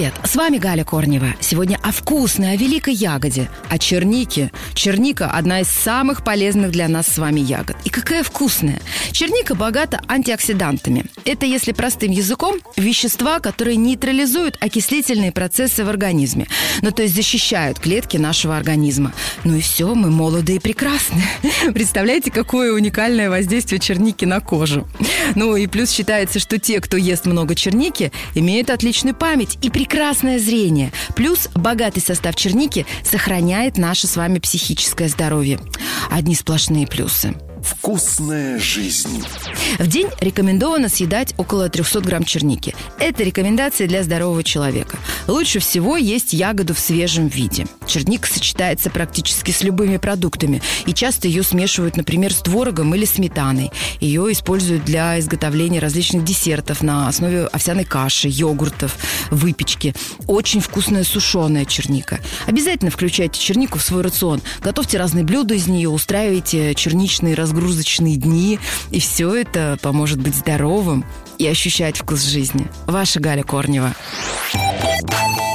Привет, с вами Галя Корнева. Сегодня о вкусной, о великой ягоде, о чернике. Черника – одна из самых полезных для нас с вами ягод. И какая вкусная! Черника богата антиоксидантами. Это, если простым языком, вещества, которые нейтрализуют окислительные процессы в организме. Ну, то есть защищают клетки нашего организма. Ну и все, мы молоды и прекрасны. Представляете, какое уникальное воздействие черники на кожу. Ну и плюс считается, что те, кто ест много черники, имеют отличную память и прекрасное зрение. Плюс богатый состав черники сохраняет наше с вами психическое здоровье. Одни сплошные плюсы. Вкусная жизнь. В день рекомендовано съедать около 300 грамм черники. Это рекомендации для здорового человека. Лучше всего есть ягоду в свежем виде. Черника сочетается практически с любыми продуктами. И часто ее смешивают, например, с творогом или сметаной. Ее используют для изготовления различных десертов на основе овсяной каши, йогуртов, выпечки. Очень вкусная сушеная черника. Обязательно включайте чернику в свой рацион. Готовьте разные блюда из нее, устраивайте черничные разгрузочные дни. И все это поможет быть здоровым и ощущать вкус жизни. Ваша Галя Корнева.